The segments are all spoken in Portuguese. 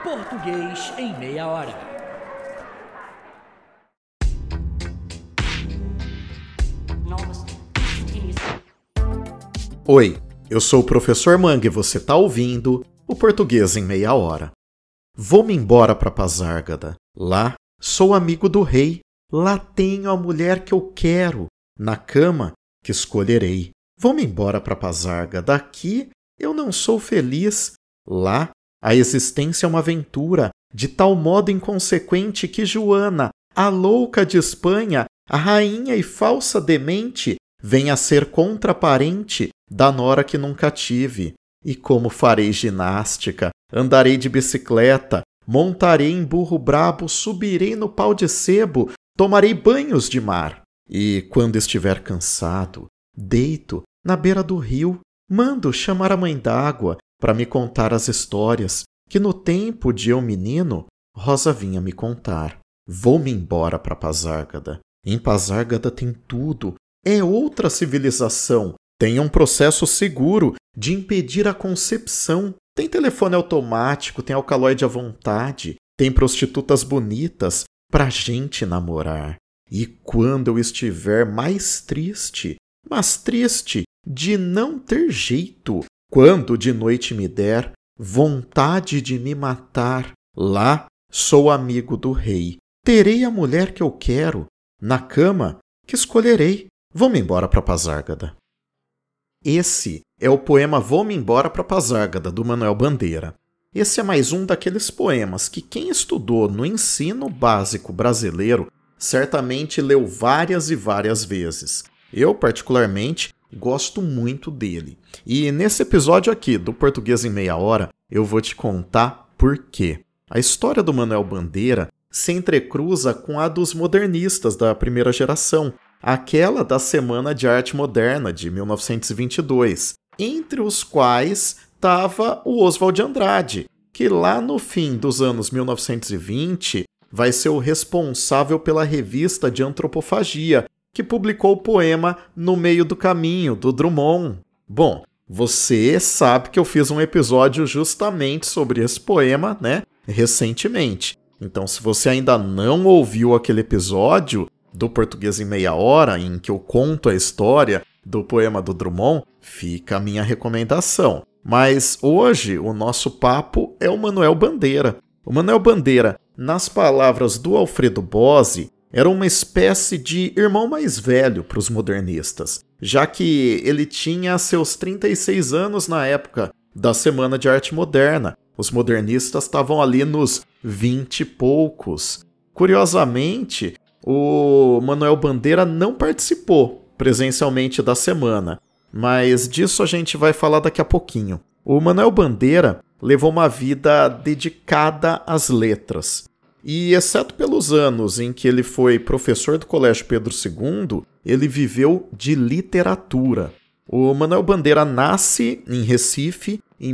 Português em meia hora. Oi, eu sou o professor Mangue e você tá ouvindo o Português em Meia Hora. Vou-me embora para Pasárgada. Lá sou amigo do rei. Lá tenho a mulher que eu quero. Na cama que escolherei. Vou-me embora para Pasárgada. Aqui eu não sou feliz. Lá a existência é uma aventura de tal modo inconsequente que Joana, a louca de Espanha, a rainha e falsa demente, vem a ser contraparente da nora que nunca tive. E como farei ginástica, andarei de bicicleta, montarei em burro brabo, subirei no pau de sebo, tomarei banhos de mar. E quando estiver cansado, deito na beira do rio, mando chamar a mãe d'água para me contar as histórias que no tempo de eu menino, Rosa vinha me contar. Vou-me embora para Pasárgada. Em Pasárgada tem tudo. É outra civilização. Tem um processo seguro de impedir a concepção. Tem telefone automático, tem alcaloide à vontade, tem prostitutas bonitas pra gente namorar. E quando eu estiver mais triste, mas triste de não ter jeito, quando de noite me der vontade de me matar, lá sou amigo do rei. Terei a mulher que eu quero, na cama que escolherei. Vou-me embora para Pasárgada. Esse é o poema Vou-me embora para Pasárgada, do Manuel Bandeira. Esse é mais um daqueles poemas que quem estudou no ensino básico brasileiro certamente leu várias e várias vezes. Eu, particularmente, gosto muito dele. E nesse episódio aqui do Português em Meia Hora, eu vou te contar por quê. A história do Manuel Bandeira se entrecruza com a dos modernistas da primeira geração, aquela da Semana de Arte Moderna de 1922, entre os quais estava o Oswald de Andrade, que lá no fim dos anos 1920 vai ser o responsável pela revista de antropofagia, que publicou o poema No Meio do Caminho, do Drummond. Bom, você sabe que eu fiz um episódio justamente sobre esse poema, né, recentemente. Então, se você ainda não ouviu aquele episódio do Português em Meia Hora, em que eu conto a história do poema do Drummond, fica a minha recomendação. Mas hoje o nosso papo é o Manuel Bandeira. O Manuel Bandeira, nas palavras do Alfredo Bose, era uma espécie de irmão mais velho para os modernistas, já que ele tinha seus 36 anos na época da Semana de Arte Moderna. Os modernistas estavam ali nos 20 e poucos. Curiosamente, o Manuel Bandeira não participou presencialmente da semana, mas disso a gente vai falar daqui a pouquinho. O Manuel Bandeira levou uma vida dedicada às letras. E, exceto pelos anos em que ele foi professor do Colégio Pedro II, ele viveu de literatura. O Manuel Bandeira nasce em Recife em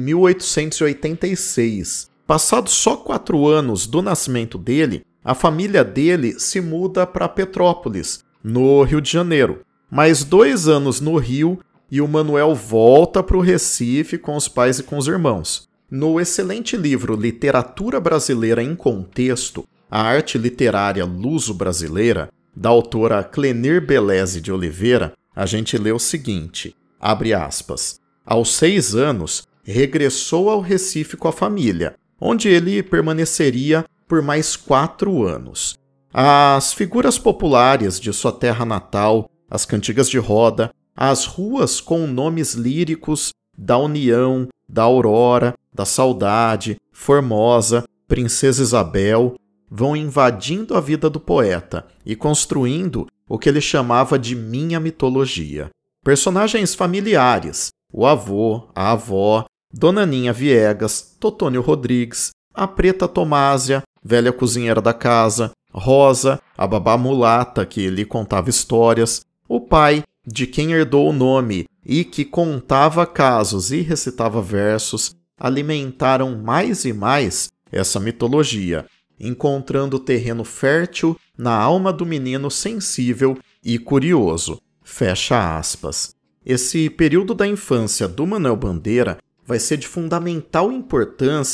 1886. Passados só 4 anos do nascimento dele, a família dele se muda para Petrópolis, no Rio de Janeiro. Mais 2 anos no Rio e o Manuel volta para o Recife com os pais e com os irmãos. No excelente livro Literatura Brasileira em Contexto, a arte literária luso-brasileira, da autora Clenir Beleze de Oliveira, a gente lê o seguinte, abre aspas, aos 6 anos, regressou ao Recife com a família, onde ele permaneceria por mais 4 anos. As figuras populares de sua terra natal, as cantigas de roda, as ruas com nomes líricos da União, da Aurora, da Saudade, Formosa, Princesa Isabel, vão invadindo a vida do poeta e construindo o que ele chamava de minha mitologia. Personagens familiares, o avô, a avó, Dona Ninha Viegas, Totônio Rodrigues, a Preta Tomásia, velha cozinheira da casa, Rosa, a babá mulata que lhe contava histórias, o pai, de quem herdou o nome e que contava casos e recitava versos, alimentaram mais e mais essa mitologia, encontrando terreno fértil na alma do menino sensível e curioso. Fecha aspas. Esse período da infância do Manuel Bandeira vai ser de fundamental importância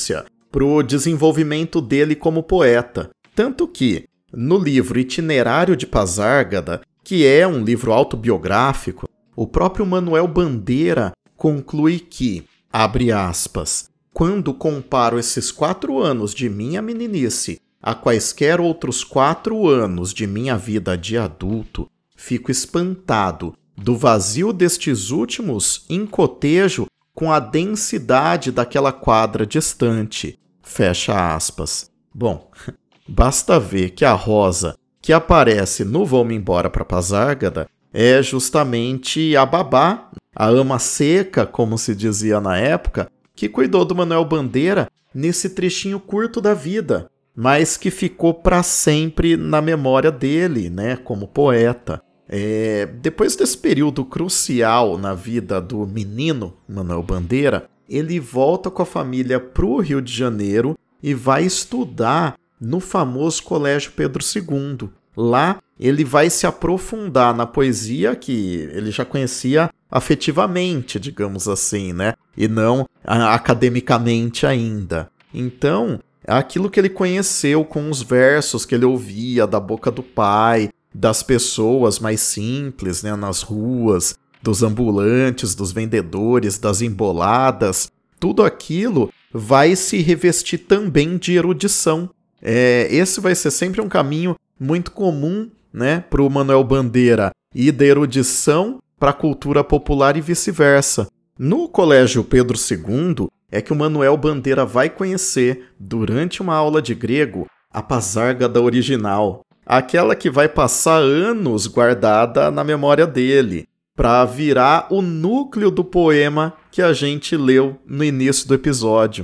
para o desenvolvimento dele como poeta. Tanto que, no livro Itinerário de Pasárgada, que é um livro autobiográfico, o próprio Manuel Bandeira conclui que, abre aspas, quando comparo esses 4 anos de minha meninice a quaisquer outros 4 anos de minha vida de adulto, fico espantado do vazio destes últimos em cotejo com a densidade daquela quadra distante. Fecha aspas. Bom, basta ver que a Rosa, que aparece no Vou-me Embora para Pasárgada, é justamente a babá, a ama seca, como se dizia na época, que cuidou do Manuel Bandeira nesse trechinho curto da vida, mas que ficou para sempre na memória dele, né, como poeta. Depois desse período crucial na vida do menino Manuel Bandeira, ele volta com a família para o Rio de Janeiro e vai estudar no famoso Colégio Pedro II. Lá ele vai se aprofundar na poesia que ele já conhecia afetivamente, digamos assim, né? E não academicamente ainda. Então, aquilo que ele conheceu com os versos que ele ouvia da boca do pai, das pessoas mais simples, né, nas ruas, dos ambulantes, dos vendedores, das emboladas, tudo aquilo vai se revestir também de erudição. Esse vai ser sempre um caminho muito comum, né, para o Manuel Bandeira ir da erudição para a cultura popular e vice-versa. No Colégio Pedro II é que o Manuel Bandeira vai conhecer, durante uma aula de grego, a Pasárgada original, aquela que vai passar anos guardada na memória dele, para virar o núcleo do poema que a gente leu no início do episódio.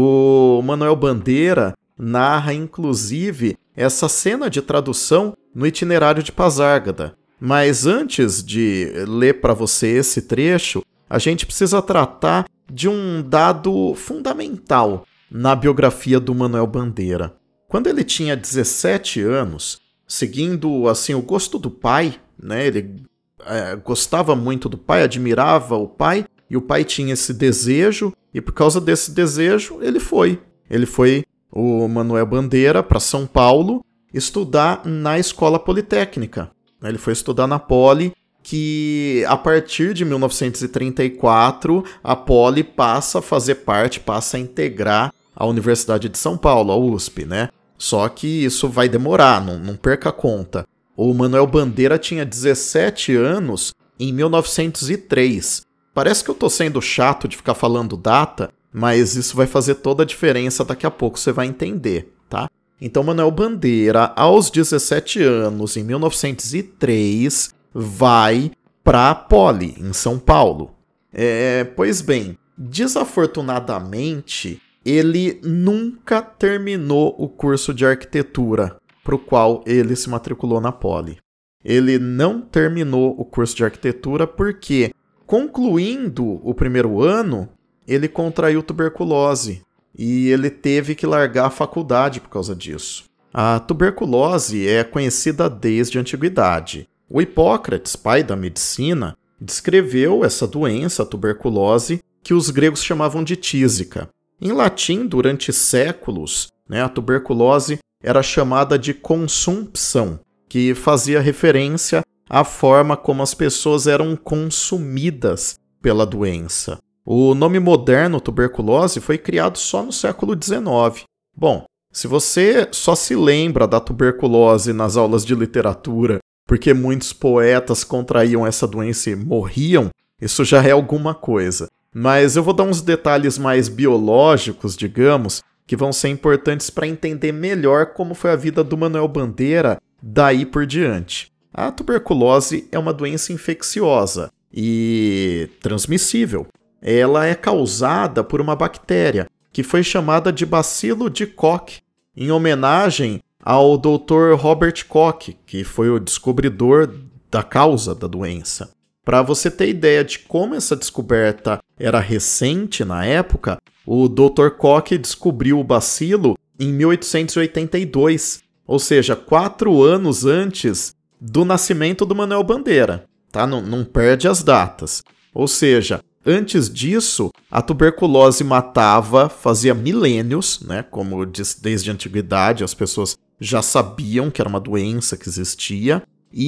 O Manuel Bandeira narra, inclusive, essa cena de tradução no Itinerário de Pasárgada. Mas antes de ler para você esse trecho, a gente precisa tratar de um dado fundamental na biografia do Manuel Bandeira. Quando ele tinha 17 anos, seguindo assim o gosto do pai, né, ele gostava muito do pai, admirava o pai, e o pai tinha esse desejo, e por causa desse desejo ele foi. Ele foi, o Manuel Bandeira, para São Paulo, estudar na Escola Politécnica. Ele foi estudar na Poli, que a partir de 1934, a Poli passa a fazer parte, passa a integrar a Universidade de São Paulo, a USP, né? Só que isso vai demorar, não perca a conta. O Manuel Bandeira tinha 17 anos em 1903. Parece que eu tô sendo chato de ficar falando data, mas isso vai fazer toda a diferença daqui a pouco, você vai entender, tá? Então, Manuel Bandeira, aos 17 anos, em 1903, vai para a Poli, em São Paulo. Pois bem, desafortunadamente, ele nunca terminou o curso de arquitetura para o qual ele se matriculou na Poli. Ele não terminou o curso de arquitetura porque, concluindo o primeiro ano, ele contraiu tuberculose e ele teve que largar a faculdade por causa disso. A tuberculose é conhecida desde a antiguidade. O Hipócrates, pai da medicina, descreveu essa doença, a tuberculose, que os gregos chamavam de tísica. Em latim, durante séculos, né, a tuberculose era chamada de consumpção, que fazia referência à forma como as pessoas eram consumidas pela doença. O nome moderno tuberculose foi criado só no século XIX. Bom, se você só se lembra da tuberculose nas aulas de literatura porque muitos poetas contraíam essa doença e morriam, isso já é alguma coisa. Mas eu vou dar uns detalhes mais biológicos, digamos, que vão ser importantes para entender melhor como foi a vida do Manuel Bandeira daí por diante. A tuberculose é uma doença infecciosa e transmissível. Ela é causada por uma bactéria que foi chamada de bacilo de Koch, em homenagem ao Dr. Robert Koch, que foi o descobridor da causa da doença. Para você ter ideia de como essa descoberta era recente na época, o Dr. Koch descobriu o bacilo em 1882, ou seja, 4 anos antes do nascimento do Manuel Bandeira. Tá? Não perde as datas. Ou seja, Antes disso, a tuberculose matava, fazia milênios, né? Como desde a antiguidade as pessoas já sabiam que era uma doença que existia,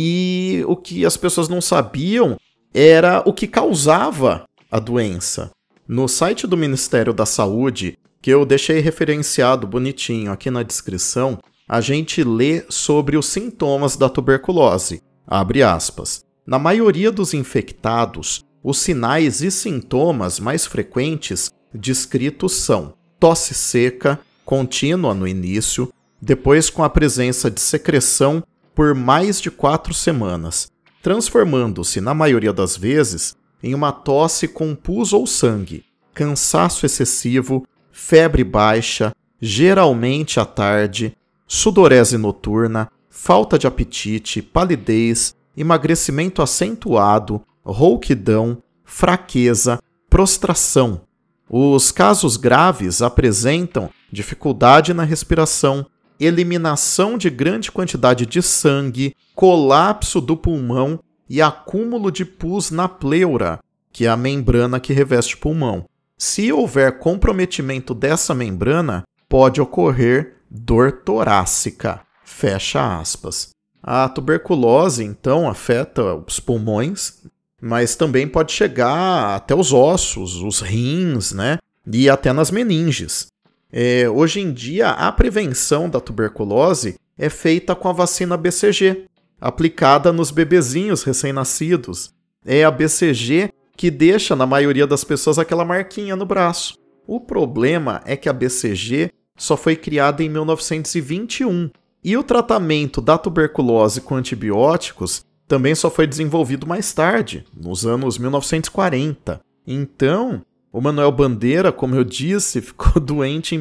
e o que as pessoas não sabiam era o que causava a doença. No site do Ministério da Saúde, que eu deixei referenciado bonitinho aqui na descrição, a gente lê sobre os sintomas da tuberculose. Abre aspas. Na maioria dos infectados, os sinais e sintomas mais frequentes descritos são tosse seca, contínua no início, depois com a presença de secreção por mais de 4 semanas, transformando-se, na maioria das vezes, em uma tosse com pus ou sangue, cansaço excessivo, febre baixa, geralmente à tarde, sudorese noturna, falta de apetite, palidez, emagrecimento acentuado, rouquidão, fraqueza, prostração. Os casos graves apresentam dificuldade na respiração, eliminação de grande quantidade de sangue, colapso do pulmão e acúmulo de pus na pleura, que é a membrana que reveste o pulmão. Se houver comprometimento dessa membrana, pode ocorrer dor torácica. Fecha aspas. A tuberculose, então, afeta os pulmões, mas também pode chegar até os ossos, os rins, né? E até nas meninges. Hoje em dia, a prevenção da tuberculose é feita com a vacina BCG, aplicada nos bebezinhos recém-nascidos. É a BCG que deixa, na maioria das pessoas, aquela marquinha no braço. O problema é que a BCG só foi criada em 1921. E o tratamento da tuberculose com antibióticos também só foi desenvolvido mais tarde, nos anos 1940. Então, o Manuel Bandeira, como eu disse, ficou doente em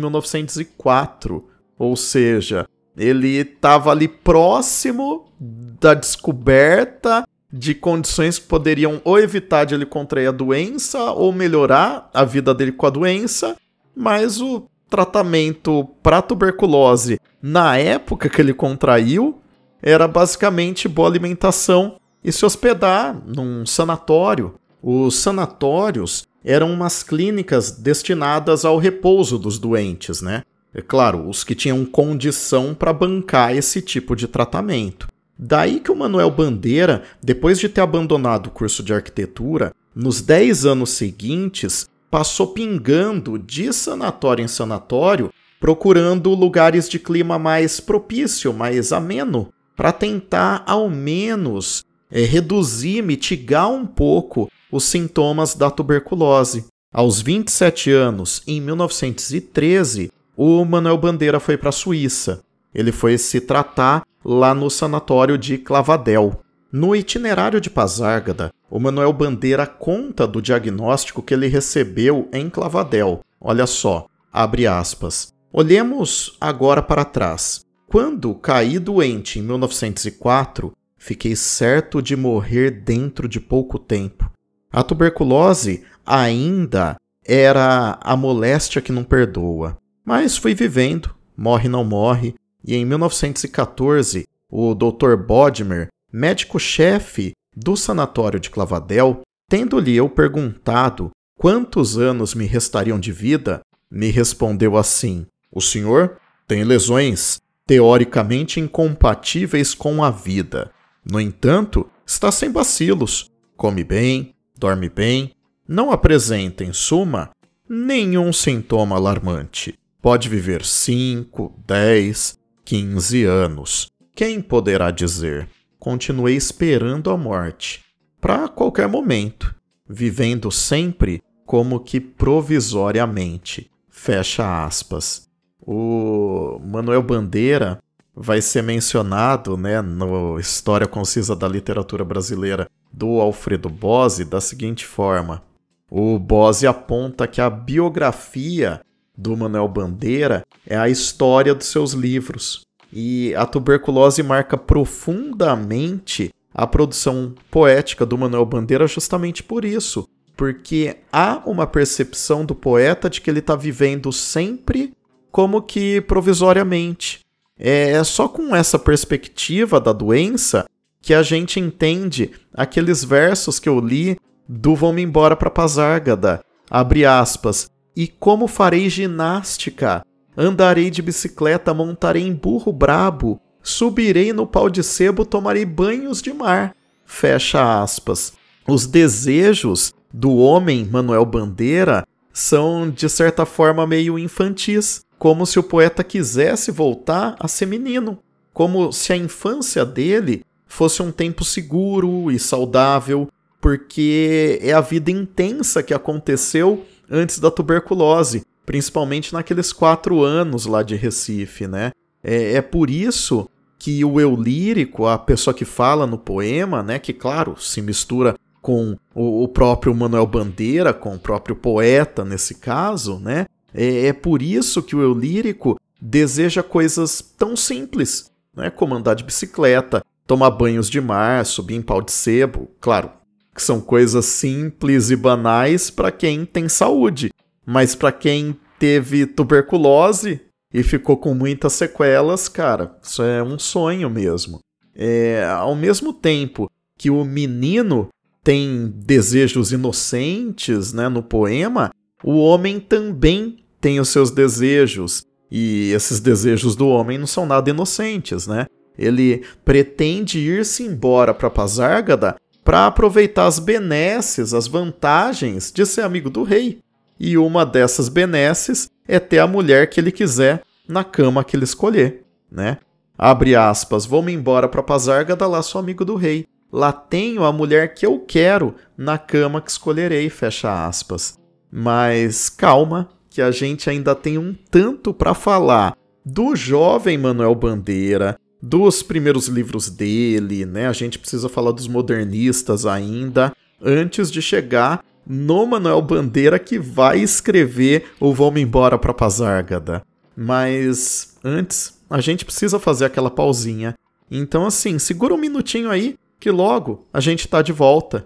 1904. Ou seja, ele estava ali próximo da descoberta de condições que poderiam ou evitar de ele contrair a doença ou melhorar a vida dele com a doença, mas o tratamento para tuberculose na época que ele contraiu era basicamente boa alimentação e se hospedar num sanatório. Os sanatórios eram umas clínicas destinadas ao repouso dos doentes, né? É claro, os que tinham condição para bancar esse tipo de tratamento. Daí que o Manuel Bandeira, depois de ter abandonado o curso de arquitetura, nos 10 anos seguintes, passou pingando de sanatório em sanatório, procurando lugares de clima mais propício, mais ameno, para tentar, ao menos, reduzir, mitigar um pouco os sintomas da tuberculose. Aos 27 anos, em 1913, o Manuel Bandeira foi para a Suíça. Ele foi se tratar lá no sanatório de Clavadel. No itinerário de Pasárgada, o Manuel Bandeira conta do diagnóstico que ele recebeu em Clavadel. Olha só, abre aspas. Olhemos agora para trás. Quando caí doente em 1904, fiquei certo de morrer dentro de pouco tempo. A tuberculose ainda era a moléstia que não perdoa. Mas fui vivendo, morre não morre, e em 1914, o Dr. Bodmer, médico-chefe do sanatório de Clavadel, tendo-lhe eu perguntado quantos anos me restariam de vida, me respondeu assim: o senhor tem lesões teoricamente incompatíveis com a vida. No entanto, está sem bacilos, come bem, dorme bem, não apresenta, em suma, nenhum sintoma alarmante. Pode viver 5, 10, 15 anos. Quem poderá dizer? Continuei esperando a morte, para qualquer momento, vivendo sempre como que provisoriamente. Fecha aspas. O Manuel Bandeira vai ser mencionado, né, no História Concisa da Literatura Brasileira do Alfredo Bose da seguinte forma. O Bose aponta que a biografia do Manuel Bandeira é a história dos seus livros. E a tuberculose marca profundamente a produção poética do Manuel Bandeira justamente por isso. Porque há uma percepção do poeta de que ele está vivendo sempre como que provisoriamente. É só com essa perspectiva da doença que a gente entende aqueles versos que eu li do Vou-me embora pra Pazárgada, abre aspas, e como farei ginástica, andarei de bicicleta, montarei em burro brabo, subirei no pau de sebo, tomarei banhos de mar, fecha aspas. Os desejos do homem Manuel Bandeira são, de certa forma, meio infantis, como se o poeta quisesse voltar a ser menino, como se a infância dele fosse um tempo seguro e saudável, porque é a vida intensa que aconteceu antes da tuberculose, principalmente naqueles 4 anos lá de Recife, né? É por isso que o eu lírico, a pessoa que fala no poema, né, que claro, se mistura com o próprio Manuel Bandeira, com o próprio poeta nesse caso, né? É por isso que o eu lírico deseja coisas tão simples, né, como andar de bicicleta, tomar banhos de mar, subir em pau de sebo, claro, que são coisas simples e banais para quem tem saúde, mas para quem teve tuberculose e ficou com muitas sequelas, cara, isso é um sonho mesmo. Ao mesmo tempo que o menino tem desejos inocentes, né, no poema, o homem também tem os seus desejos. E esses desejos do homem não são nada inocentes, né? Ele pretende ir-se embora para Pazárgada para aproveitar as benesses, as vantagens de ser amigo do rei. E uma dessas benesses é ter a mulher que ele quiser na cama que ele escolher, né? Abre aspas, vou-me embora para Pazárgada, lá sou amigo do rei. Lá tenho a mulher que eu quero na cama que escolherei, fecha aspas. Mas calma, que a gente ainda tem um tanto para falar do jovem Manuel Bandeira, dos primeiros livros dele, né? A gente precisa falar dos modernistas ainda, antes de chegar no Manuel Bandeira que vai escrever o Vou-me embora para Pazárgada. Mas antes, a gente precisa fazer aquela pausinha. Então assim, segura um minutinho aí, que logo a gente tá de volta.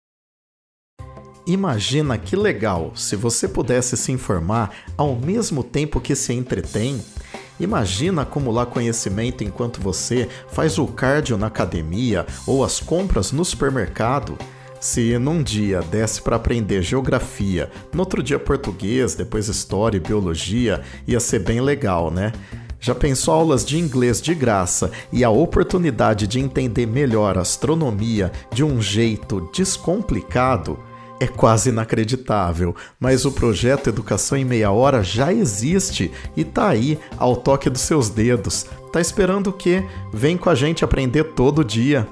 Imagina que legal se você pudesse se informar ao mesmo tempo que se entretém. Imagina acumular conhecimento enquanto você faz o cardio na academia ou as compras no supermercado. Se num dia desse para aprender geografia, no outro dia português, depois história e biologia, ia ser bem legal, né? Já pensou aulas de inglês de graça e a oportunidade de entender melhor a astronomia de um jeito descomplicado? É quase inacreditável, mas o projeto Educação em Meia Hora já existe e tá aí ao toque dos seus dedos. Tá esperando o quê? Vem com a gente aprender todo dia.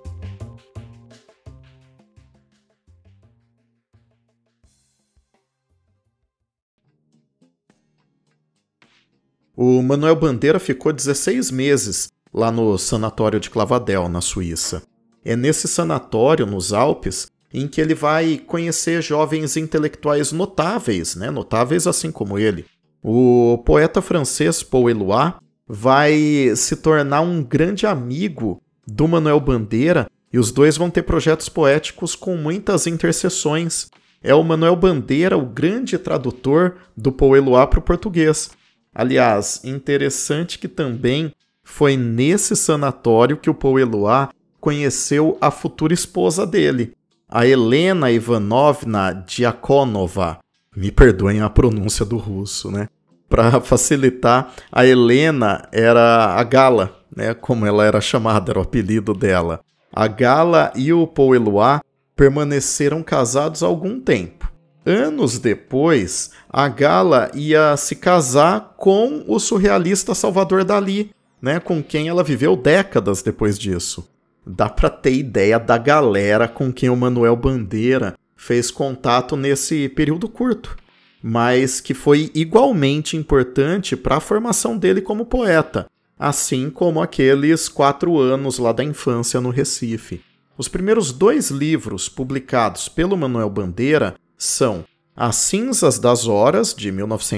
O Manuel Bandeira ficou 16 meses lá no sanatório de Clavadel, na Suíça. É nesse sanatório, nos Alpes, em que ele vai conhecer jovens intelectuais notáveis, né? Notáveis assim como ele. O poeta francês Paul Éluard vai se tornar um grande amigo do Manuel Bandeira e os dois vão ter projetos poéticos com muitas interseções. É o Manuel Bandeira o grande tradutor do Paul Éluard para o português. Aliás, interessante que também foi nesse sanatório que o Paul Éluard conheceu a futura esposa dele, a Helena Ivanovna Diakonova. Me perdoem a pronúncia do russo, né? Para facilitar, a Helena era a Gala, né? Como ela era chamada, era o apelido dela. A Gala e o Paul Éluard permaneceram casados há algum tempo. Anos depois, a Gala ia se casar com o surrealista Salvador Dalí, né, com quem ela viveu décadas depois disso. Dá para ter ideia da galera com quem o Manuel Bandeira fez contato nesse período curto, mas que foi igualmente importante para a formação dele como poeta, assim como aqueles 4 anos lá da infância no Recife. Os primeiros 2 livros publicados pelo Manuel Bandeira são As Cinzas das Horas, de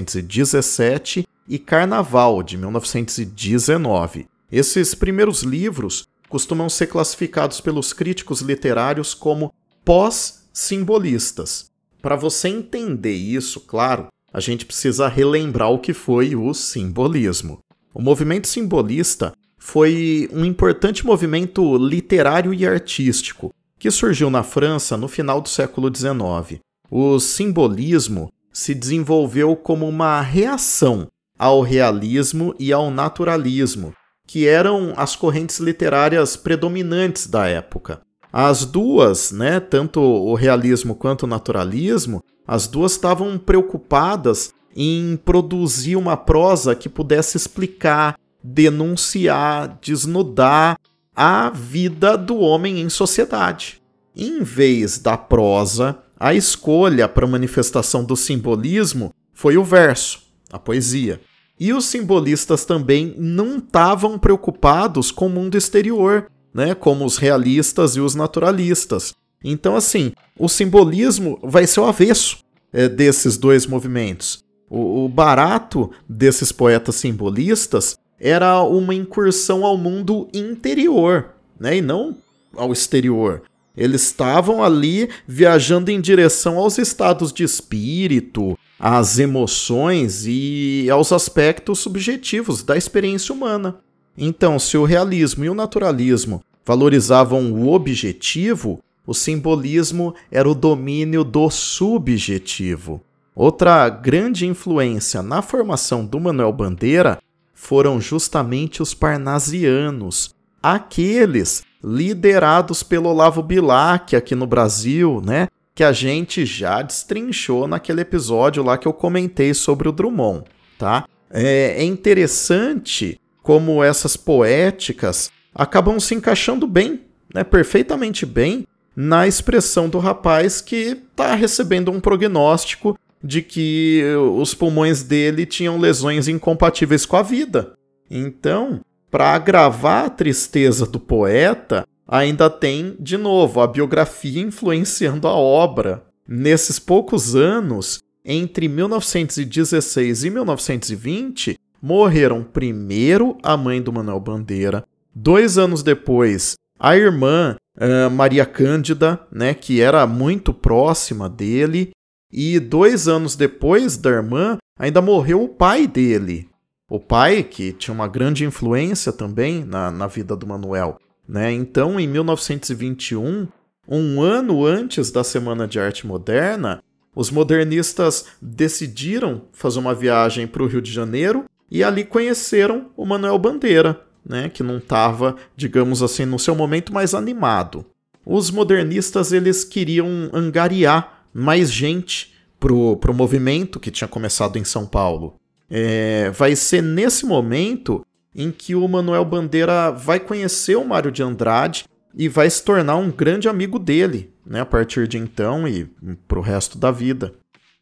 1917, e Carnaval, de 1919. Esses primeiros livros costumam ser classificados pelos críticos literários como pós-simbolistas. Para você entender isso, claro, a gente precisa relembrar o que foi o simbolismo. O movimento simbolista foi um importante movimento literário e artístico, que surgiu na França no final do século XIX. O simbolismo se desenvolveu como uma reação ao realismo e ao naturalismo, que eram as correntes literárias predominantes da época. As duas, né, tanto o realismo quanto o naturalismo, as duas estavam preocupadas em produzir uma prosa que pudesse explicar, denunciar, desnudar a vida do homem em sociedade. Em vez da prosa, a escolha para a manifestação do simbolismo foi o verso, a poesia. E os simbolistas também não estavam preocupados com o mundo exterior, né, como os realistas e os naturalistas. Então, assim, o simbolismo vai ser o avesso desses dois movimentos. O barato desses poetas simbolistas era uma incursão ao mundo interior, né, e não ao exterior. Eles estavam ali viajando em direção aos estados de espírito, às emoções e aos aspectos subjetivos da experiência humana. Então, se o realismo e o naturalismo valorizavam o objetivo, o simbolismo era o domínio do subjetivo. Outra grande influência na formação do Manuel Bandeira foram justamente os parnasianos, aqueles liderados pelo Olavo Bilac aqui no Brasil, né? Que a gente já destrinchou naquele episódio lá que eu comentei sobre o Drummond, tá? É interessante como essas poéticas acabam se encaixando bem, né? Perfeitamente bem, na expressão do rapaz que está recebendo um prognóstico de que os pulmões dele tinham lesões incompatíveis com a vida. Então, para agravar a tristeza do poeta, ainda tem, de novo, a biografia influenciando a obra. Nesses poucos anos, entre 1916 e 1920, morreram primeiro a mãe do Manuel Bandeira, 2 anos depois, a irmã Maria Cândida, né, que era muito próxima dele, e 2 anos depois da irmã, ainda morreu o pai dele. O pai, que tinha uma grande influência também na vida do Manuel. Né? Então, em 1921, um ano antes da Semana de Arte Moderna, os modernistas decidiram fazer uma viagem para o Rio de Janeiro e ali conheceram o Manuel Bandeira, né? Que não estava, digamos assim, no seu momento mais animado. Os modernistas eles queriam angariar mais gente pro movimento que tinha começado em São Paulo. Vai ser nesse momento em que o Manuel Bandeira vai conhecer o Mário de Andrade e vai se tornar um grande amigo dele, né, a partir de então e para o resto da vida.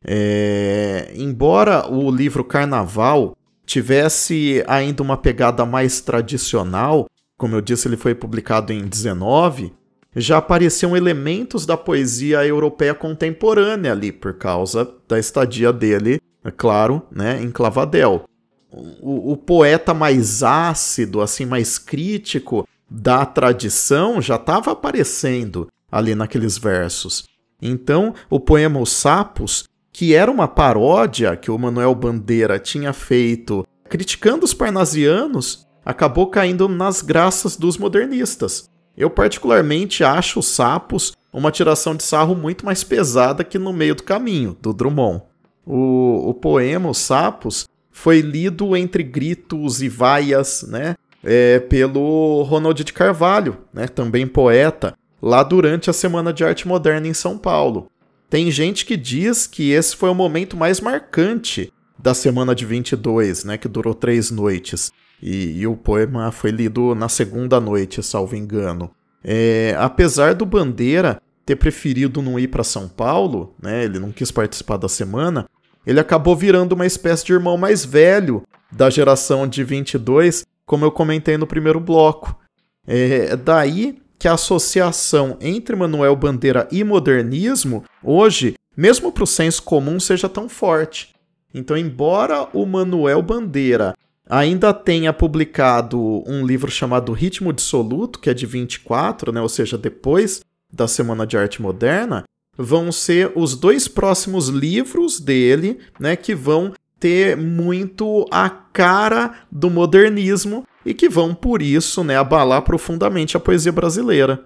Embora o livro Carnaval tivesse ainda uma pegada mais tradicional, como eu disse, ele foi publicado em 19, já apareciam elementos da poesia europeia contemporânea ali, por causa da estadia dele, é claro, né, em Clavadel. O poeta mais ácido, assim, mais crítico da tradição já estava aparecendo ali naqueles versos. Então, o poema Os Sapos, que era uma paródia que o Manuel Bandeira tinha feito criticando os parnasianos, acabou caindo nas graças dos modernistas. Eu particularmente acho Os Sapos uma tiração de sarro muito mais pesada que No Meio do Caminho, do Drummond. O poema Os Sapos foi lido entre gritos e vaias, né, pelo Ronald de Carvalho, né, também poeta, lá durante a Semana de Arte Moderna em São Paulo. Tem gente que diz que esse foi o momento mais marcante da Semana de 22, né, que durou 3 noites. E o poema foi lido na segunda noite, salvo engano. Apesar do Bandeira ter preferido não ir para São Paulo, né, ele não quis participar da semana, ele acabou virando uma espécie de irmão mais velho da geração de 22, como eu comentei no primeiro bloco. Daí que a associação entre Manuel Bandeira e modernismo, hoje, mesmo para o senso comum, seja tão forte. Então, embora o Manuel Bandeira ainda tenha publicado um livro chamado Ritmo Dissoluto, que é de 24, né, ou seja, depois da Semana de Arte Moderna, vão ser os 2 próximos livros dele, né, que vão ter muito a cara do modernismo e que vão, por isso, né, abalar profundamente a poesia brasileira.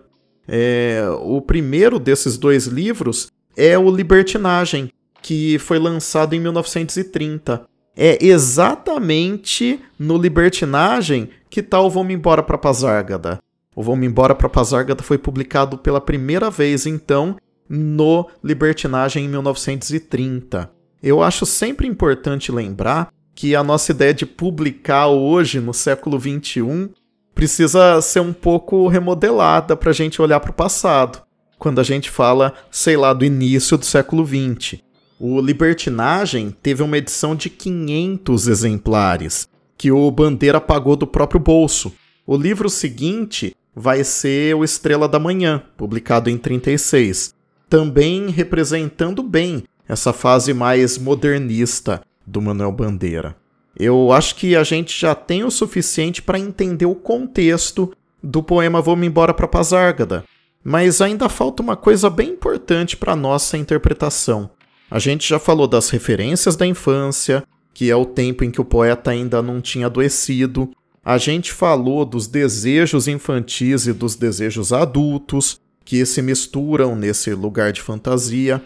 O primeiro desses 2 livros é o Libertinagem, que foi lançado em 1930. É exatamente no Libertinagem que está o Vou-me Embora para Pasárgada. O Vou-me Embora para Pasárgada foi publicado pela primeira vez, então, no Libertinagem em 1930. Eu acho sempre importante lembrar que a nossa ideia de publicar hoje, no século XXI, precisa ser um pouco remodelada para a gente olhar para o passado, quando a gente fala, sei lá, do início do século XX. O Libertinagem teve uma edição de 500 exemplares, que o Bandeira pagou do próprio bolso. O livro seguinte vai ser o Estrela da Manhã, publicado em 36, também representando bem essa fase mais modernista do Manuel Bandeira. Eu acho que a gente já tem o suficiente para entender o contexto do poema Vou-me Embora para Pasárgada, mas ainda falta uma coisa bem importante para a nossa interpretação. A gente já falou das referências da infância, que é o tempo em que o poeta ainda não tinha adoecido. A gente falou dos desejos infantis e dos desejos adultos, que se misturam nesse lugar de fantasia.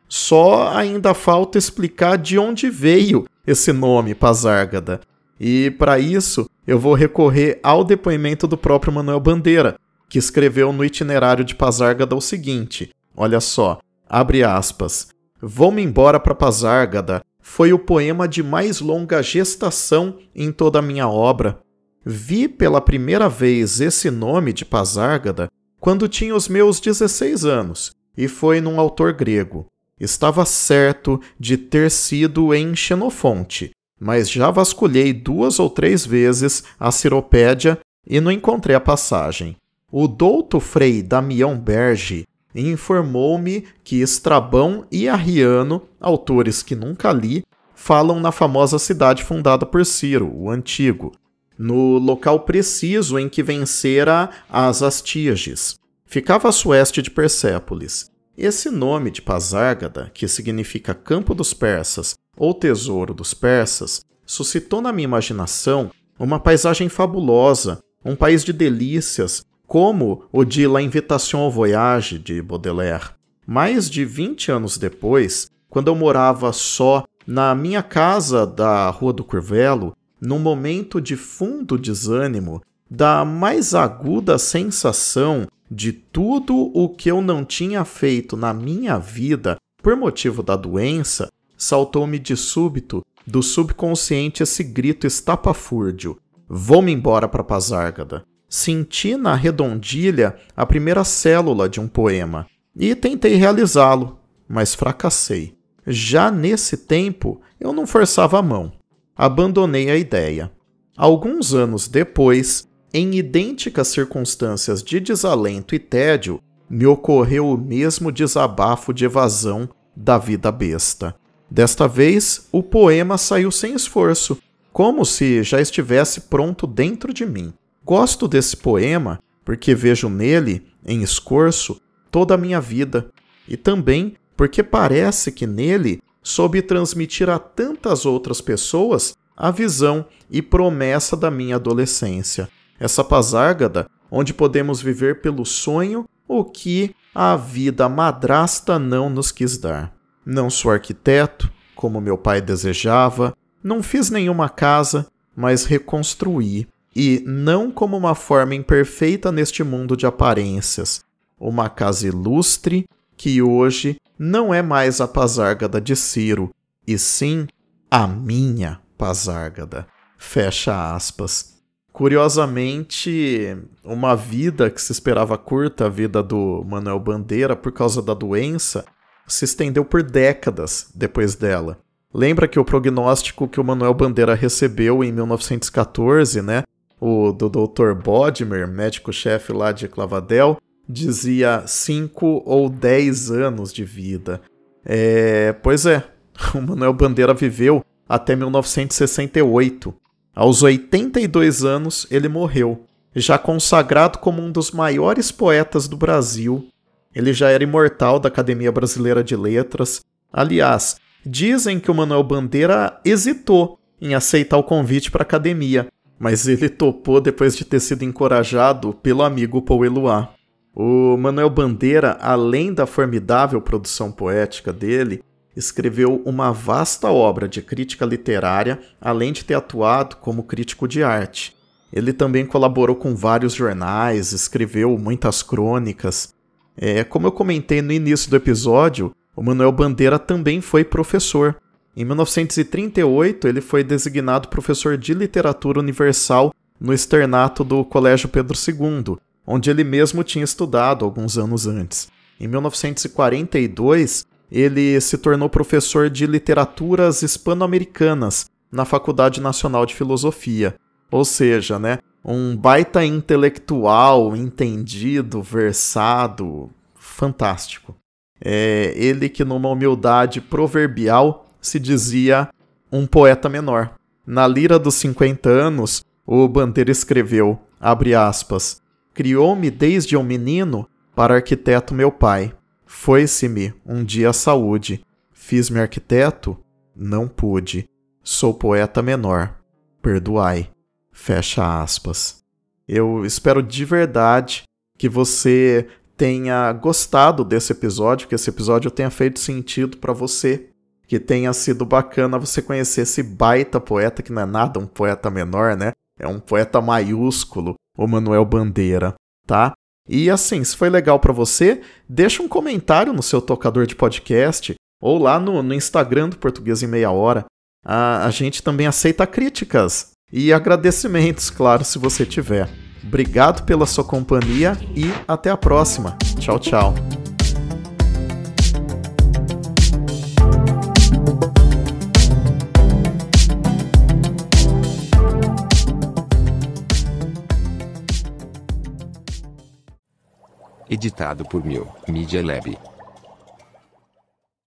Só ainda falta explicar de onde veio esse nome, Pasárgada. E para isso, eu vou recorrer ao depoimento do próprio Manuel Bandeira, que escreveu no itinerário de Pasárgada o seguinte, olha só, abre aspas, Vou-me Embora para Pasárgada foi o poema de mais longa gestação em toda a minha obra. Vi pela primeira vez esse nome de Pasárgada quando tinha os meus 16 anos, e foi num autor grego. Estava certo de ter sido em Xenofonte, mas já vasculhei 2 ou 3 vezes a Ciropédia e não encontrei a passagem. O douto Frei Damião Berge informou-me que Estrabão e Arriano, autores que nunca li, falam na famosa cidade fundada por Ciro, o Antigo, no local preciso em que vencera as Astíages. Ficava a sueste de Persépolis. Esse nome de Pasárgada, que significa Campo dos Persas ou Tesouro dos Persas, suscitou na minha imaginação uma paisagem fabulosa, um país de delícias, como o de La Invitation au Voyage, de Baudelaire. Mais de 20 anos depois, quando eu morava só na minha casa da Rua do Curvelo, num momento de fundo desânimo, da mais aguda sensação de tudo o que eu não tinha feito na minha vida por motivo da doença, saltou-me de súbito do subconsciente esse grito estapafúrdio: Vou-me embora para Pasárgada. Senti na redondilha a primeira célula de um poema e tentei realizá-lo, mas fracassei. Já nesse tempo, eu não forçava a mão. Abandonei a ideia. Alguns anos depois, em idênticas circunstâncias de desalento e tédio, me ocorreu o mesmo desabafo de evasão da vida besta. Desta vez, o poema saiu sem esforço, como se já estivesse pronto dentro de mim. Gosto desse poema porque vejo nele, em escorço, toda a minha vida, e também porque parece que nele soube transmitir a tantas outras pessoas a visão e promessa da minha adolescência. Essa Pasárgada, onde podemos viver pelo sonho o que a vida madrasta não nos quis dar. Não sou arquiteto, como meu pai desejava, não fiz nenhuma casa, mas reconstruí, e não como uma forma imperfeita neste mundo de aparências. Uma casa ilustre que hoje não é mais a Pasárgada de Ciro, e sim a minha Pasárgada. Fecha aspas. Curiosamente, uma vida que se esperava curta, a vida do Manuel Bandeira, por causa da doença, se estendeu por décadas depois dela. Lembra que o prognóstico que o Manuel Bandeira recebeu em 1914, né? O do Dr. Bodmer, médico-chefe lá de Clavadel, dizia 5 ou 10 anos de vida. Pois é, o Manuel Bandeira viveu até 1968. Aos 82 anos, ele morreu, já consagrado como um dos maiores poetas do Brasil. Ele já era imortal da Academia Brasileira de Letras. Aliás, dizem que o Manuel Bandeira hesitou em aceitar o convite para a academia, mas ele topou depois de ter sido encorajado pelo amigo Paul Eluard. O Manuel Bandeira, além da formidável produção poética dele, escreveu uma vasta obra de crítica literária, além de ter atuado como crítico de arte. Ele também colaborou com vários jornais, escreveu muitas crônicas. Como eu comentei no início do episódio, o Manuel Bandeira também foi professor. Em 1938, ele foi designado professor de literatura universal no externato do Colégio Pedro II, onde ele mesmo tinha estudado alguns anos antes. Em 1942, ele se tornou professor de literaturas hispano-americanas na Faculdade Nacional de Filosofia. Ou seja, um baita intelectual, entendido, versado, fantástico. Ele que numa humildade proverbial se dizia um poeta menor. Na Lira dos 50 anos, o Bandeira escreveu, abre aspas, criou-me desde um menino para arquiteto meu pai. Foi-se-me um dia a saúde. Fiz-me arquiteto? Não pude. Sou poeta menor. Perdoai. Fecha aspas. Eu espero de verdade que você tenha gostado desse episódio, que esse episódio tenha feito sentido para você, que tenha sido bacana você conhecer esse baita poeta, que não é nada um poeta menor, É um poeta maiúsculo, o Manuel Bandeira, tá? E assim, se foi legal para você, deixa um comentário no seu tocador de podcast ou lá no Instagram do Português em Meia Hora. A gente também aceita críticas e agradecimentos, claro, se você tiver. Obrigado pela sua companhia e até a próxima. Tchau, tchau. Editado por Mídia Lab.